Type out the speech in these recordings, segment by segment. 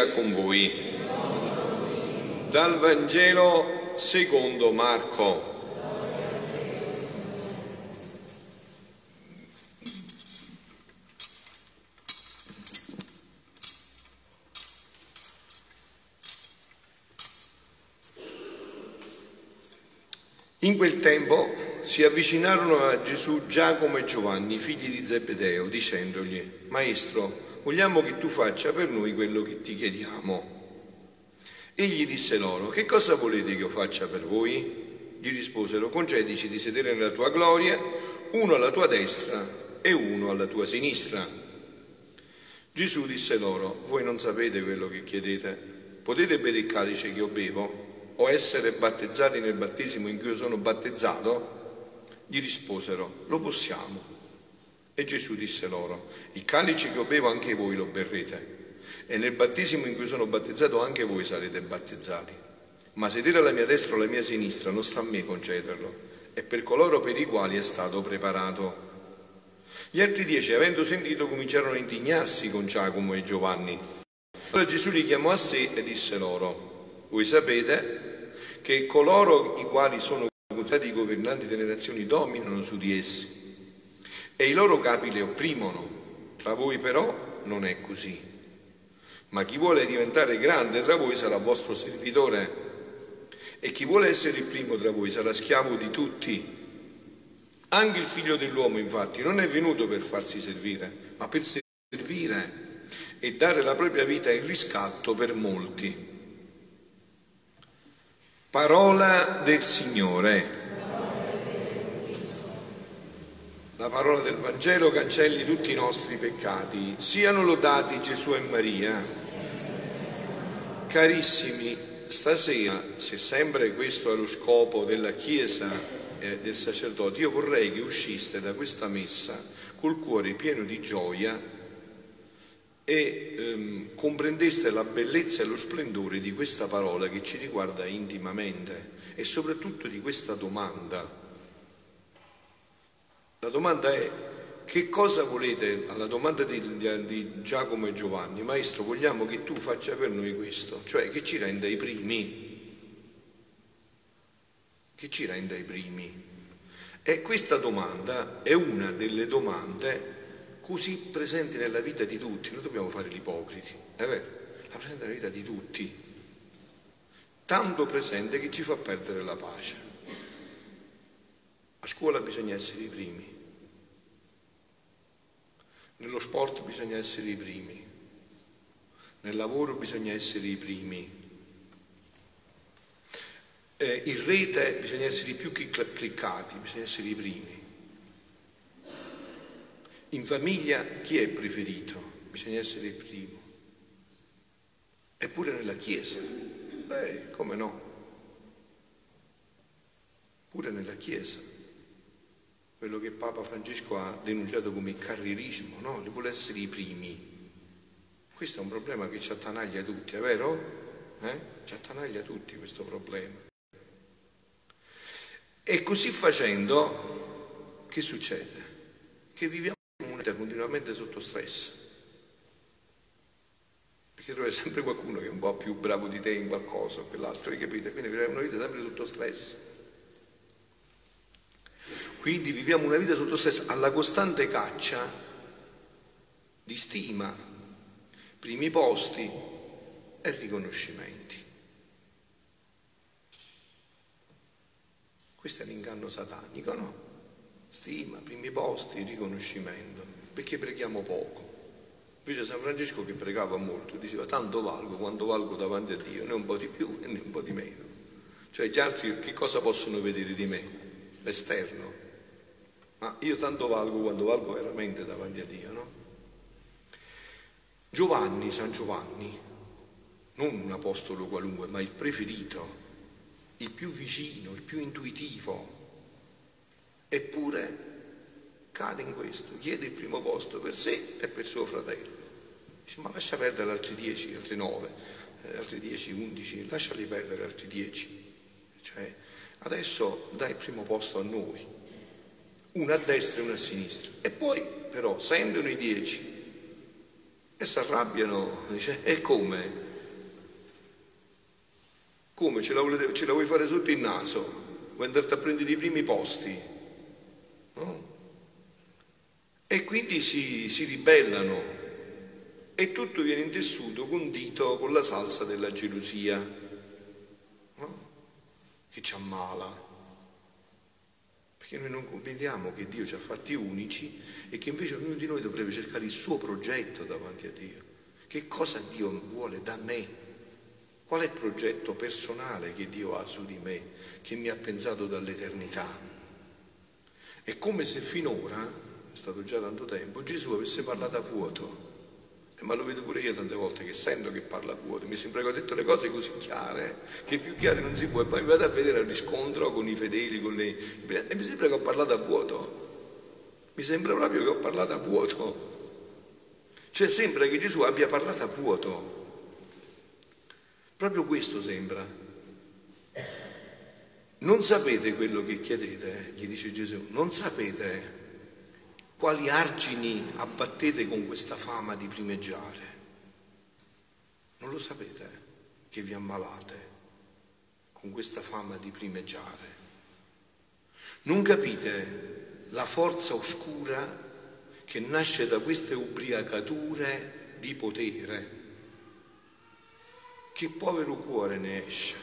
sia con voi. Dal Vangelo secondo Marco. In quel tempo si avvicinarono a Gesù Giacomo e Giovanni, figli di Zebedeo, dicendogli: Maestro, vogliamo che tu faccia per noi quello che ti chiediamo. Egli disse loro: che cosa volete che io faccia per voi? Gli risposero: concedici di sedere nella tua gloria, uno alla tua destra e uno alla tua sinistra. Gesù disse loro: voi non sapete quello che chiedete. Potete bere il calice che io bevo o essere battezzati nel battesimo in cui io sono battezzato? Gli risposero: lo possiamo. E Gesù disse loro: il calice che io bevo anche voi lo berrete, e nel battesimo in cui sono battezzato anche voi sarete battezzati. Ma sedere alla mia destra o alla mia sinistra non sta a me concederlo, è per coloro per i quali è stato preparato. Gli altri 10, avendo sentito, cominciarono a indignarsi con Giacomo e Giovanni. Allora Gesù li chiamò a sé e disse loro: voi sapete che coloro i quali sono considerati i governanti delle nazioni dominano su di essi e i loro capi le opprimono. Tra voi però non è così. Ma chi vuole diventare grande tra voi sarà vostro servitore, e chi vuole essere il primo tra voi sarà schiavo di tutti. Anche il Figlio dell'uomo, infatti, non è venuto per farsi servire, ma per servire e dare la propria vita in riscatto per molti. Parola del Signore. La parola del Vangelo cancelli tutti i nostri peccati. Siano lodati Gesù e Maria. Carissimi, stasera, se sempre questo è lo scopo della Chiesa e del sacerdote, io vorrei che usciste da questa messa col cuore pieno di gioia e comprendeste la bellezza e lo splendore di questa parola che ci riguarda intimamente, e soprattutto di questa domanda. La domanda è: che cosa volete? Alla domanda di Giacomo e Giovanni: Maestro, vogliamo che tu faccia per noi questo, cioè che ci renda i primi. Che ci renda i primi. E questa domanda è una delle domande così presenti nella vita di tutti. Noi dobbiamo fare gli ipocriti, è vero? La presente nella vita di tutti, tanto presente che ci fa perdere la pace. A scuola bisogna essere i primi, nello sport bisogna essere i primi, nel lavoro bisogna essere i primi, in rete bisogna essere i più cliccati, bisogna essere i primi. In famiglia chi è preferito? Bisogna essere il primo. Eppure nella Chiesa, come no? Pure nella Chiesa, quello che Papa Francesco ha denunciato come il carrierismo, no? Li vuole essere i primi. Questo è un problema che ci attanaglia tutti, è vero? Ci attanaglia tutti questo problema. E così facendo, che succede? Che viviamo continuamente sotto stress, perché trovi sempre qualcuno che è un po' più bravo di te in qualcosa o quell'altro, hai capito? Quindi viviamo una vita sempre sotto stress. Quindi viviamo una vita sotto stress, alla costante caccia di stima, primi posti e riconoscimenti. Questo è l'inganno satanico, no? Stima, primi posti, riconoscimento, perché preghiamo poco. Invece San Francesco, che pregava molto, diceva: tanto valgo quanto valgo davanti a Dio, né un po' di più né un po' di meno. Cioè gli altri che cosa possono vedere di me? L'esterno. Ma io tanto valgo quanto valgo veramente davanti a Dio, no? Giovanni, San Giovanni, non un apostolo qualunque, ma il preferito, il più vicino, il più intuitivo, eppure cade in questo, chiede il primo posto per sé e per suo fratello. Dice: ma lascia perdere altri 10, altri 9, altri 10, 11, lasciali perdere altri 10. Cioè, adesso dai il primo posto a noi, una a destra e una a sinistra. E poi però sentono i 10 e si arrabbiano, dice: e come? Come ce la vuoi fare sotto il naso? Vuoi andarti a prendere i primi posti? No? E quindi si ribellano e tutto viene intessuto, condito con la salsa della gelosia, no? Che ci ammala. Perché noi non comprendiamo che Dio ci ha fatti unici e che invece ognuno di noi dovrebbe cercare il suo progetto davanti a Dio. Che cosa Dio vuole da me? Qual è il progetto personale che Dio ha su di me, che mi ha pensato dall'eternità? È come se finora, è stato già tanto tempo, Gesù avesse parlato a vuoto. Ma lo vedo pure io tante volte che sento che parla a vuoto, mi sembra che ho detto le cose così chiare, che più chiare non si può, e poi mi vado a vedere al riscontro con i fedeli, e mi sembra che ho parlato a vuoto, mi sembra proprio che ho parlato a vuoto, cioè sembra che Gesù abbia parlato a vuoto, proprio questo sembra. Non sapete quello che chiedete, gli dice Gesù, non sapete quali argini abbattete con questa fama di primeggiare? Non lo sapete che vi ammalate con questa fama di primeggiare? Non capite la forza oscura che nasce da queste ubriacature di potere? Che povero cuore ne esce?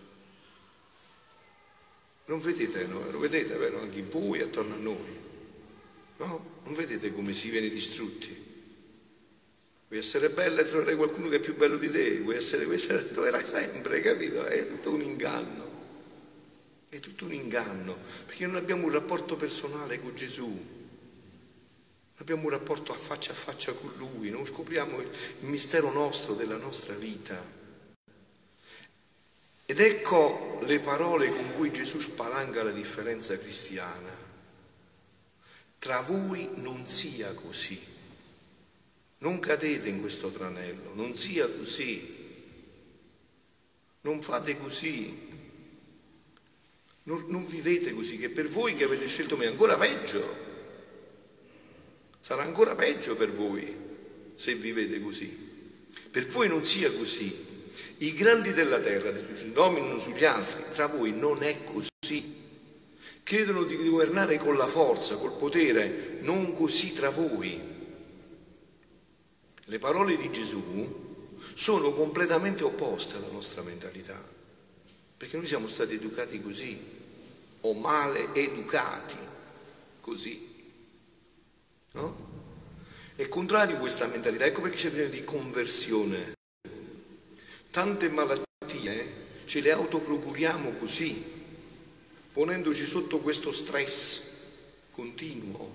Non vedete, no? Lo vedete, vero? Anche voi attorno a noi. No? Non vedete come si viene distrutti? Vuoi essere bella e troverai qualcuno che è più bello di te, vuoi essere questa, troverai sempre, capito? È tutto un inganno. È tutto un inganno, perché non abbiamo un rapporto personale con Gesù, non abbiamo un rapporto a faccia con Lui, non scopriamo il mistero nostro della nostra vita. Ed ecco le parole con cui Gesù spalanga la differenza cristiana. Tra voi non sia così, non cadete in questo tranello, non sia così, non fate così, non vivete così, che per voi che avete scelto me è ancora peggio, sarà ancora peggio per voi se vivete così. Per voi non sia così, i grandi della terra dominano sugli altri, tra voi non è così. Credono di governare con la forza, col potere, non così tra voi. Le parole di Gesù sono completamente opposte alla nostra mentalità, perché noi siamo stati educati così, o male educati così, no? È contrario questa mentalità, ecco perché c'è bisogno di conversione. Tante malattie ce le autoprocuriamo così, ponendoci sotto questo stress continuo.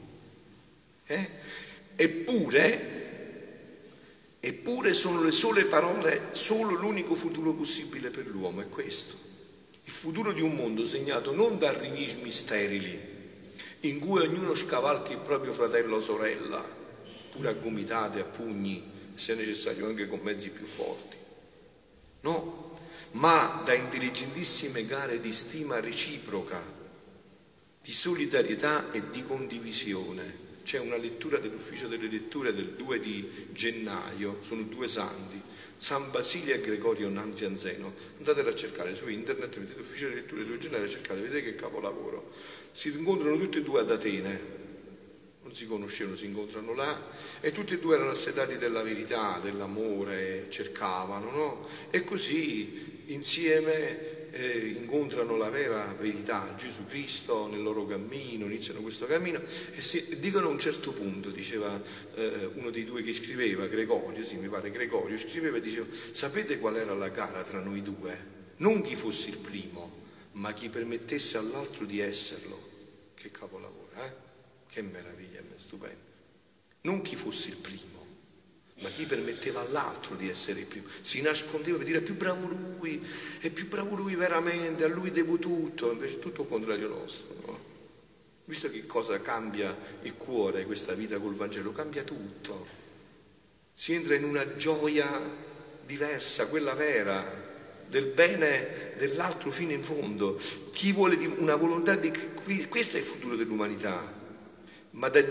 Eppure sono le sole parole, solo l'unico futuro possibile per l'uomo è questo. Il futuro di un mondo segnato non da arrivismi sterili, in cui ognuno scavalca il proprio fratello o sorella, pure a gomitate, a pugni, se necessario anche con mezzi più forti. No, ma da intelligentissime gare di stima reciproca, di solidarietà e di condivisione. C'è una lettura dell'ufficio delle letture del 2 di gennaio, sono due santi, San Basilio e Gregorio Nazianzeno. Andatela a cercare su internet, mettete ufficio delle letture del 2 gennaio, cercate, vedete che capolavoro. Si incontrano tutti e due ad Atene, non si conoscevano, si incontrano là, e tutti e due erano assetati della verità, dell'amore, cercavano, no? E così insieme incontrano la vera verità, Gesù Cristo nel loro cammino, iniziano questo cammino e dicono a un certo punto, diceva uno dei due che scriveva, Gregorio, sì mi pare Gregorio, scriveva e diceva: sapete qual era la gara tra noi due? Non chi fosse il primo, ma chi permettesse all'altro di esserlo. Che capolavoro, Che meraviglia, stupendo. Non chi fosse il primo, ma chi permetteva all'altro di essere il primo. Si nascondeva per dire: è più bravo lui veramente, a lui devo tutto. Invece è tutto contrario nostro, no? Visto che cosa cambia il cuore, questa vita col Vangelo, cambia tutto. Si entra in una gioia diversa, quella vera, del bene dell'altro fino in fondo. Chi vuole una volontà di... Questo è il futuro dell'umanità, ma da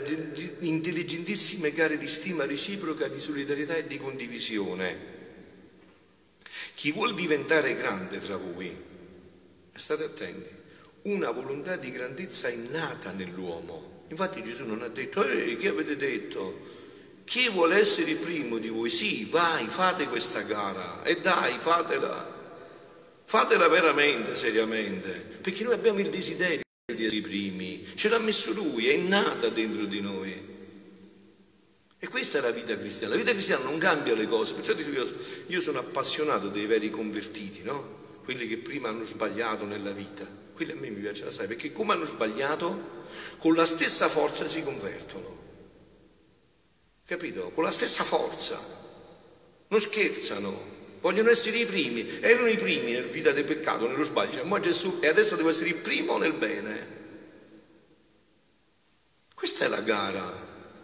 intelligentissime gare di stima reciproca, di solidarietà e di condivisione. Chi vuol diventare grande tra voi, state attenti, una volontà di grandezza è innata nell'uomo. Infatti Gesù non ha detto, che avete detto? Chi vuole essere il primo di voi? Sì, vai, fate questa gara e dai, fatela veramente, seriamente, perché noi abbiamo il desiderio di essere i primi, ce l'ha messo Lui, è innata dentro di noi. E questa è la vita cristiana. La vita cristiana non cambia le cose, perciò io sono appassionato dei veri convertiti, no? Quelli che prima hanno sbagliato nella vita, quelli a me mi piacciono assai, perché come hanno sbagliato, con la stessa forza si convertono, capito? Con la stessa forza, non scherzano, vogliono essere i primi, erano i primi nella vita del peccato, nello sbaglio, cioè, ma Gesù, e adesso devo essere il primo nel bene. Questa è la gara.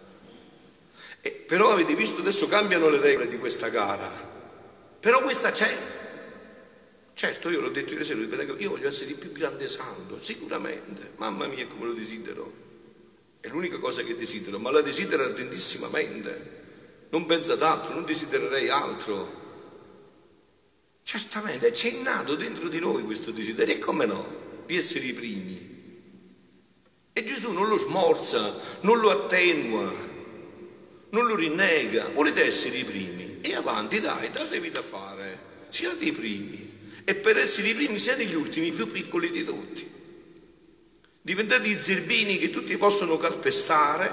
Però avete visto, adesso cambiano le regole di questa gara, però questa c'è. Certo, io l'ho detto ieri sera, io voglio essere il più grande santo, sicuramente, mamma mia come lo desidero, è l'unica cosa che desidero, ma la desidero ardentissimamente, non penso ad altro, non desidererei altro. Certamente c'è innato dentro di noi questo desiderio, e come no, di essere i primi. E Gesù non lo smorza, non lo attenua, non lo rinnega. Volete essere i primi? E avanti, dai, datevi da fare, siate i primi. E per essere i primi siate gli ultimi, più piccoli di tutti. Diventate i zerbini che tutti possono calpestare,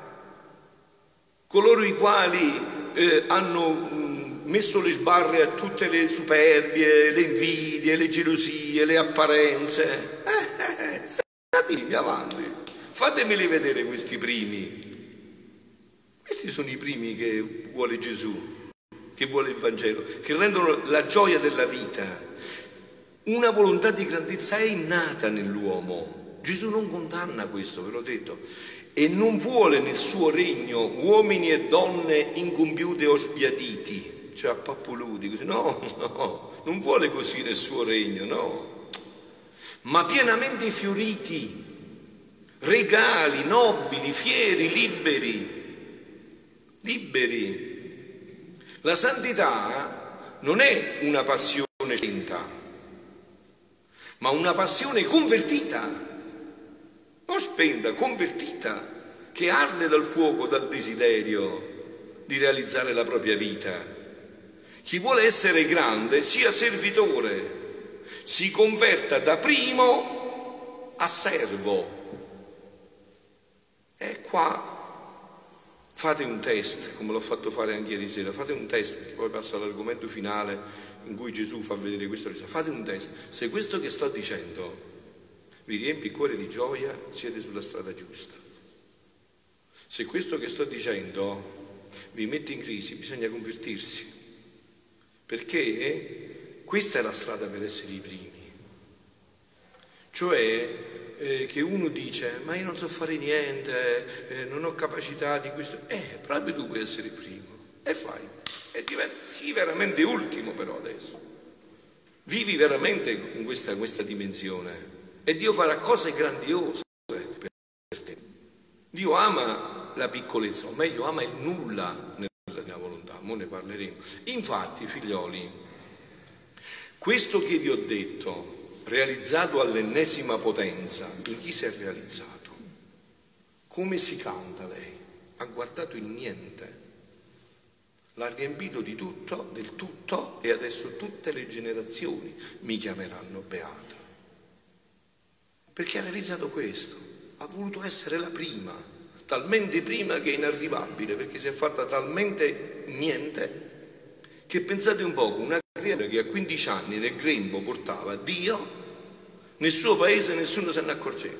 coloro i quali hanno messo le sbarre a tutte le superbie, le invidie, le gelosie, le apparenze. Statemi avanti, fatemeli vedere questi primi. Questi sono i primi che vuole Gesù, che vuole il Vangelo, che rendono la gioia della vita. Una volontà di grandezza è innata nell'uomo. Gesù non condanna questo, ve l'ho detto, e non vuole nel suo regno uomini e donne incompiute o sbiaditi, cioè appappoluti, così. No, non vuole così nel suo regno, no, ma pienamente fioriti, regali, nobili, fieri, liberi. La santità non è una passione spenta, ma una passione convertita, non spenta, convertita, che arde dal fuoco, dal desiderio di realizzare la propria vita. Chi vuole essere grande sia servitore, si converta da primo a servo. E qua fate un test, come l'ho fatto fare anche ieri sera, fate un test, perché poi passo all'argomento finale in cui Gesù fa vedere questo. Fate un test, se questo che sto dicendo vi riempie il cuore di gioia, siete sulla strada giusta. Se questo che sto dicendo vi mette in crisi, bisogna convertirsi, perché questa è la strada per essere i primi. Cioè che uno dice, ma io non so fare niente, non ho capacità di questo, proprio tu puoi essere il primo, e fai, e diventi, sì, veramente ultimo. Però adesso vivi veramente in questa dimensione, e Dio farà cose grandiose per te. Dio ama la piccolezza, o meglio ama il nulla nella mia volontà, mo ne parleremo. Infatti, figlioli, questo che vi ho detto, realizzato all'ennesima potenza, in chi si è realizzato? Come si canta lei? Ha guardato il niente, l'ha riempito di tutto, del tutto, e adesso tutte le generazioni mi chiameranno beato. Perché ha realizzato questo, ha voluto essere la prima, talmente prima che è inarrivabile, perché si è fatta talmente niente che, pensate un poco, una creatura che a 15 anni nel grembo portava Dio, nel suo paese nessuno se ne accorgeva.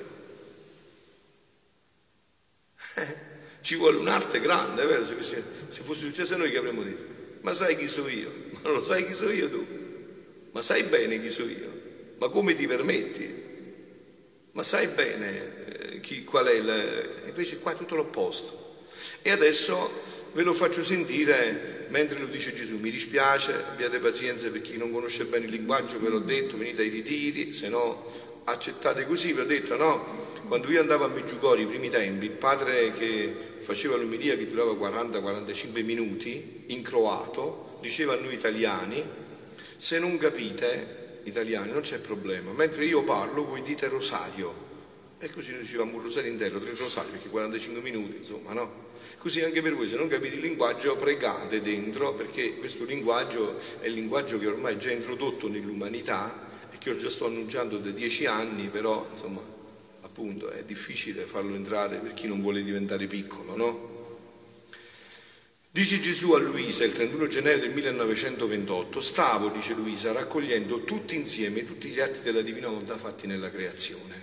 Ci vuole un'arte grande, è vero? Se fosse successo a noi, che avremmo detto? Ma sai chi sono io? Ma lo sai chi sono io tu? Ma sai bene chi sono io? Ma come ti permetti? Ma sai bene qual è invece qua è tutto l'opposto. E adesso ve lo faccio sentire mentre lo dice Gesù. Mi dispiace, abbiate pazienza per chi non conosce bene il linguaggio, ve l'ho detto, venite ai ritiri, se no accettate così. Vi ho detto, no? Quando io andavo a Meggiugorje i primi tempi, il padre che faceva l'omelia, che durava 40-45 minuti, in croato, diceva a noi italiani, Se non capite italiani non c'è problema, mentre io parlo voi dite rosario, e così noi dicevamo un rosario intero, 3 rosari, perché 45 minuti, insomma, no? Così anche per voi, se non capite il linguaggio, pregate dentro, perché questo linguaggio è il linguaggio che ormai è già introdotto nell'umanità e che io già sto annunciando da 10 anni, però, insomma, appunto, è difficile farlo entrare per chi non vuole diventare piccolo, no? Dice Gesù a Luisa il 31 gennaio del 1928, stavo, dice Luisa, raccogliendo tutti insieme tutti gli atti della divina volontà fatti nella creazione.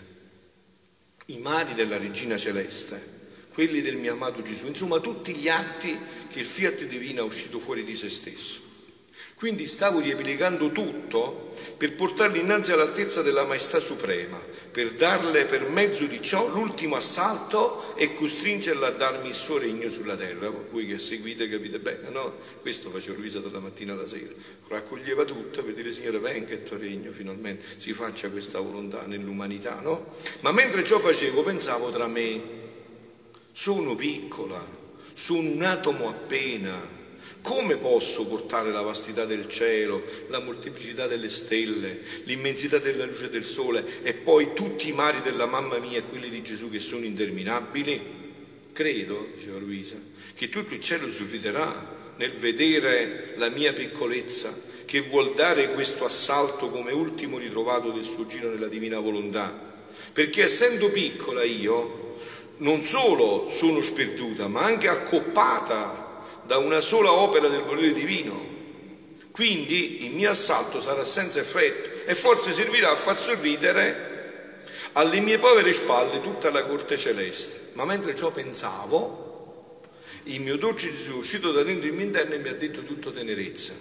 I mari della Regina Celeste, quelli del mio amato Gesù, insomma tutti gli atti che il fiat divino ha uscito fuori di se stesso. Quindi stavo riepilogando tutto per portarli innanzi all'altezza della Maestà Suprema, per darle per mezzo di ciò l'ultimo assalto e costringerla a darmi il suo regno sulla terra. Voi che seguite capite bene, no? Questo faceva Luisa dalla mattina alla sera, raccoglieva tutto per dire Signore venga il tuo regno, finalmente si faccia questa volontà nell'umanità, no? Ma mentre ciò facevo pensavo tra me, sono piccola, sono un atomo appena. Come posso portare la vastità del cielo, la molteplicità delle stelle, l'immensità della luce del sole e poi tutti i mari della mamma mia e quelli di Gesù che sono interminabili? Credo, diceva Luisa, che tutto il cielo sorriderà nel vedere la mia piccolezza, che vuol dare questo assalto come ultimo ritrovato del suo giro nella divina volontà. Perché essendo piccola io, non solo sono sperduta, ma anche accoppata da una sola opera del volere divino. Quindi il mio assalto sarà senza effetto e forse servirà a far sorridere alle mie povere spalle tutta la corte celeste. Ma mentre ciò pensavo, il mio dolce Gesù, uscito da dentro il mio interno, mi ha detto tutto tenerezza: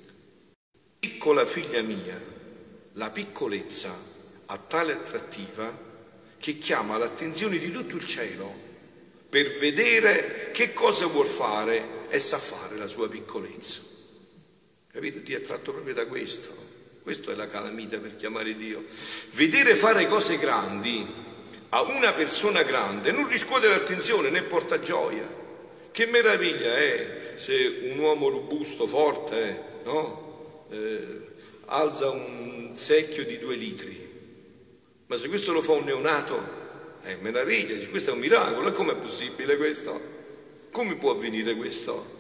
piccola figlia mia, la piccolezza ha tale attrattiva che chiama l'attenzione di tutto il cielo per vedere che cosa vuol fare e sa fare la sua piccolezza. Capito? Ti è attratto proprio da questo. Questo è la calamita per chiamare Dio. Vedere fare cose grandi a una persona grande non riscuote l'attenzione né porta gioia. Che meraviglia è se un uomo robusto, forte, no? Alza un secchio di 2 litri. Ma se questo lo fa un neonato, è meraviglia, dice, questo è un miracolo, e com'è possibile questo? Come può avvenire questo?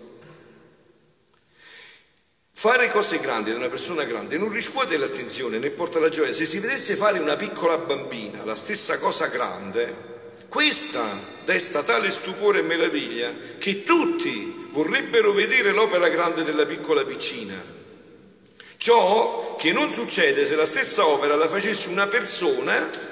Fare cose grandi ad una persona grande non riscuote l'attenzione né porta la gioia. Se si vedesse fare una piccola bambina la stessa cosa grande, questa desta tale stupore e meraviglia che tutti vorrebbero vedere l'opera grande della piccola piccina. Ciò che non succede se la stessa opera la facesse una persona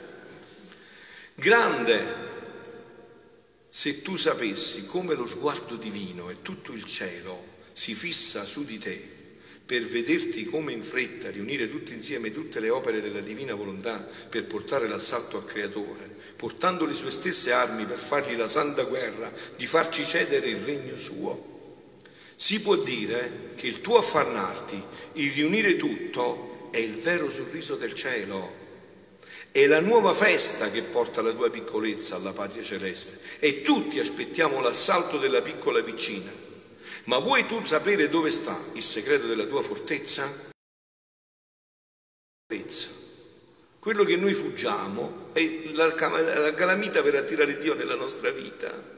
grande. Se tu sapessi come lo sguardo divino e tutto il cielo si fissa su di te per vederti come in fretta riunire tutte insieme tutte le opere della divina volontà per portare l'assalto al Creatore, portando le sue stesse armi per fargli la santa guerra di farci cedere il regno suo, si può dire che il tuo affannarti, il riunire tutto, è il vero sorriso del cielo. È la nuova festa che porta la tua piccolezza alla patria celeste e tutti aspettiamo l'assalto della piccola piccina. Ma vuoi tu sapere dove sta il segreto della tua fortezza? Quello che noi fuggiamo è la calamita per attirare Dio nella nostra vita.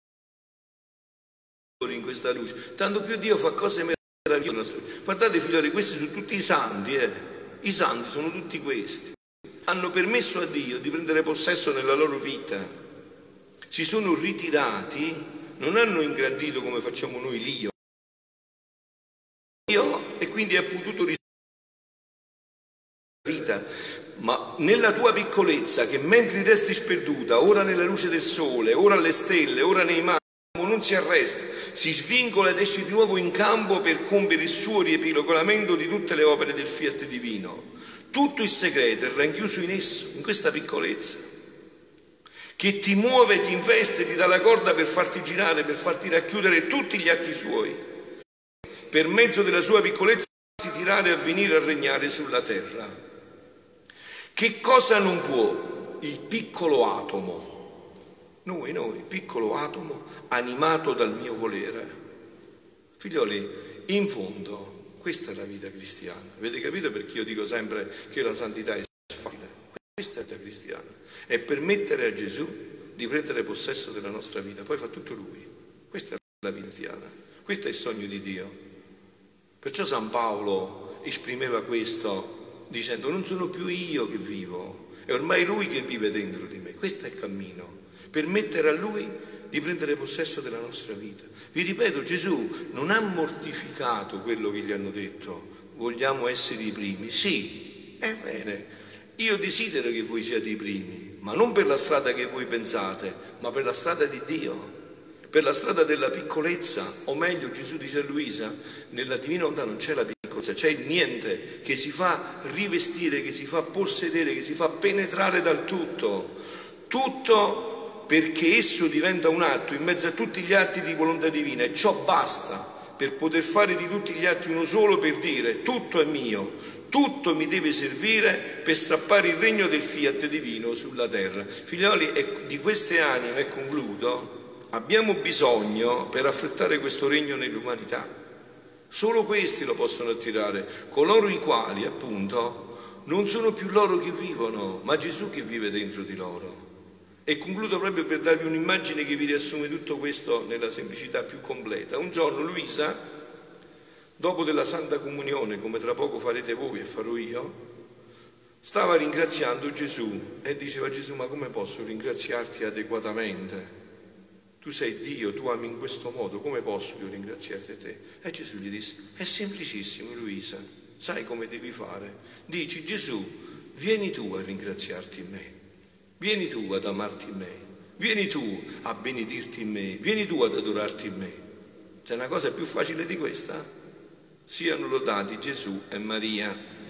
In questa luce, tanto più Dio fa cose meravigliose. Guardate figlioli, questi sono tutti i santi, I santi sono tutti questi. Hanno permesso a Dio di prendere possesso nella loro vita, si sono ritirati, non hanno ingrandito come facciamo noi l'io, e quindi ha potuto risolvere la vita. Ma nella tua piccolezza, che mentre resti sperduta, ora nella luce del sole, ora alle stelle, ora nei mari, non si arresta, si svincola ed esce di nuovo in campo per compiere il suo riepilogamento di tutte le opere del fiat divino. Tutto il segreto è rinchiuso in esso, in questa piccolezza, che ti muove, ti investe, ti dà la corda per farti girare, per farti racchiudere tutti gli atti suoi. Per mezzo della sua piccolezza farsi tirare a venire a regnare sulla terra. Che cosa non può il piccolo atomo? Noi, piccolo atomo animato dal mio volere. Figlioli, in fondo, Questa è la vita cristiana. Avete capito perché io dico sempre che la santità è facile? Questa è la vita cristiana. È permettere a Gesù di prendere possesso della nostra vita, poi fa tutto Lui. Questa è la vita cristiana. Questo è il sogno di Dio. Perciò San Paolo esprimeva questo dicendo: non sono più io che vivo, è ormai Lui che vive dentro di me. Questo è il cammino, permettere a Lui di prendere possesso della nostra vita. Vi ripeto, Gesù non ha mortificato quello che gli hanno detto: vogliamo essere i primi. Sì, è bene, io desidero che voi siate i primi, ma non per la strada che voi pensate, ma per la strada di Dio, per la strada della piccolezza. O meglio, Gesù dice a Luisa: nella divina volontà non c'è la piccolezza, c'è il niente che si fa rivestire, che si fa possedere, che si fa penetrare dal tutto. Tutto, perché esso diventa un atto in mezzo a tutti gli atti di volontà divina, e ciò basta per poter fare di tutti gli atti uno solo, per dire: tutto è mio, tutto mi deve servire per strappare il regno del fiat divino sulla terra. Figlioli, di queste anime, e concludo, abbiamo bisogno per affrettare questo regno nell'umanità. Solo questi lo possono attirare, coloro i quali appunto non sono più loro che vivono, ma Gesù che vive dentro di loro. E concludo proprio per darvi un'immagine che vi riassume tutto questo nella semplicità più completa. Un giorno Luisa, dopo della Santa Comunione, come tra poco farete voi e farò io, stava ringraziando Gesù e diceva: Gesù, ma come posso ringraziarti adeguatamente? Tu sei Dio, tu ami in questo modo, come posso io ringraziarti te? E Gesù gli disse: è semplicissimo, Luisa, sai come devi fare? Dici: Gesù, vieni tu a ringraziarti in me. Vieni tu ad amarti in me, vieni tu a benedirti in me, vieni tu ad adorarti in me. C'è una cosa più facile di questa? Siano lodati Gesù e Maria.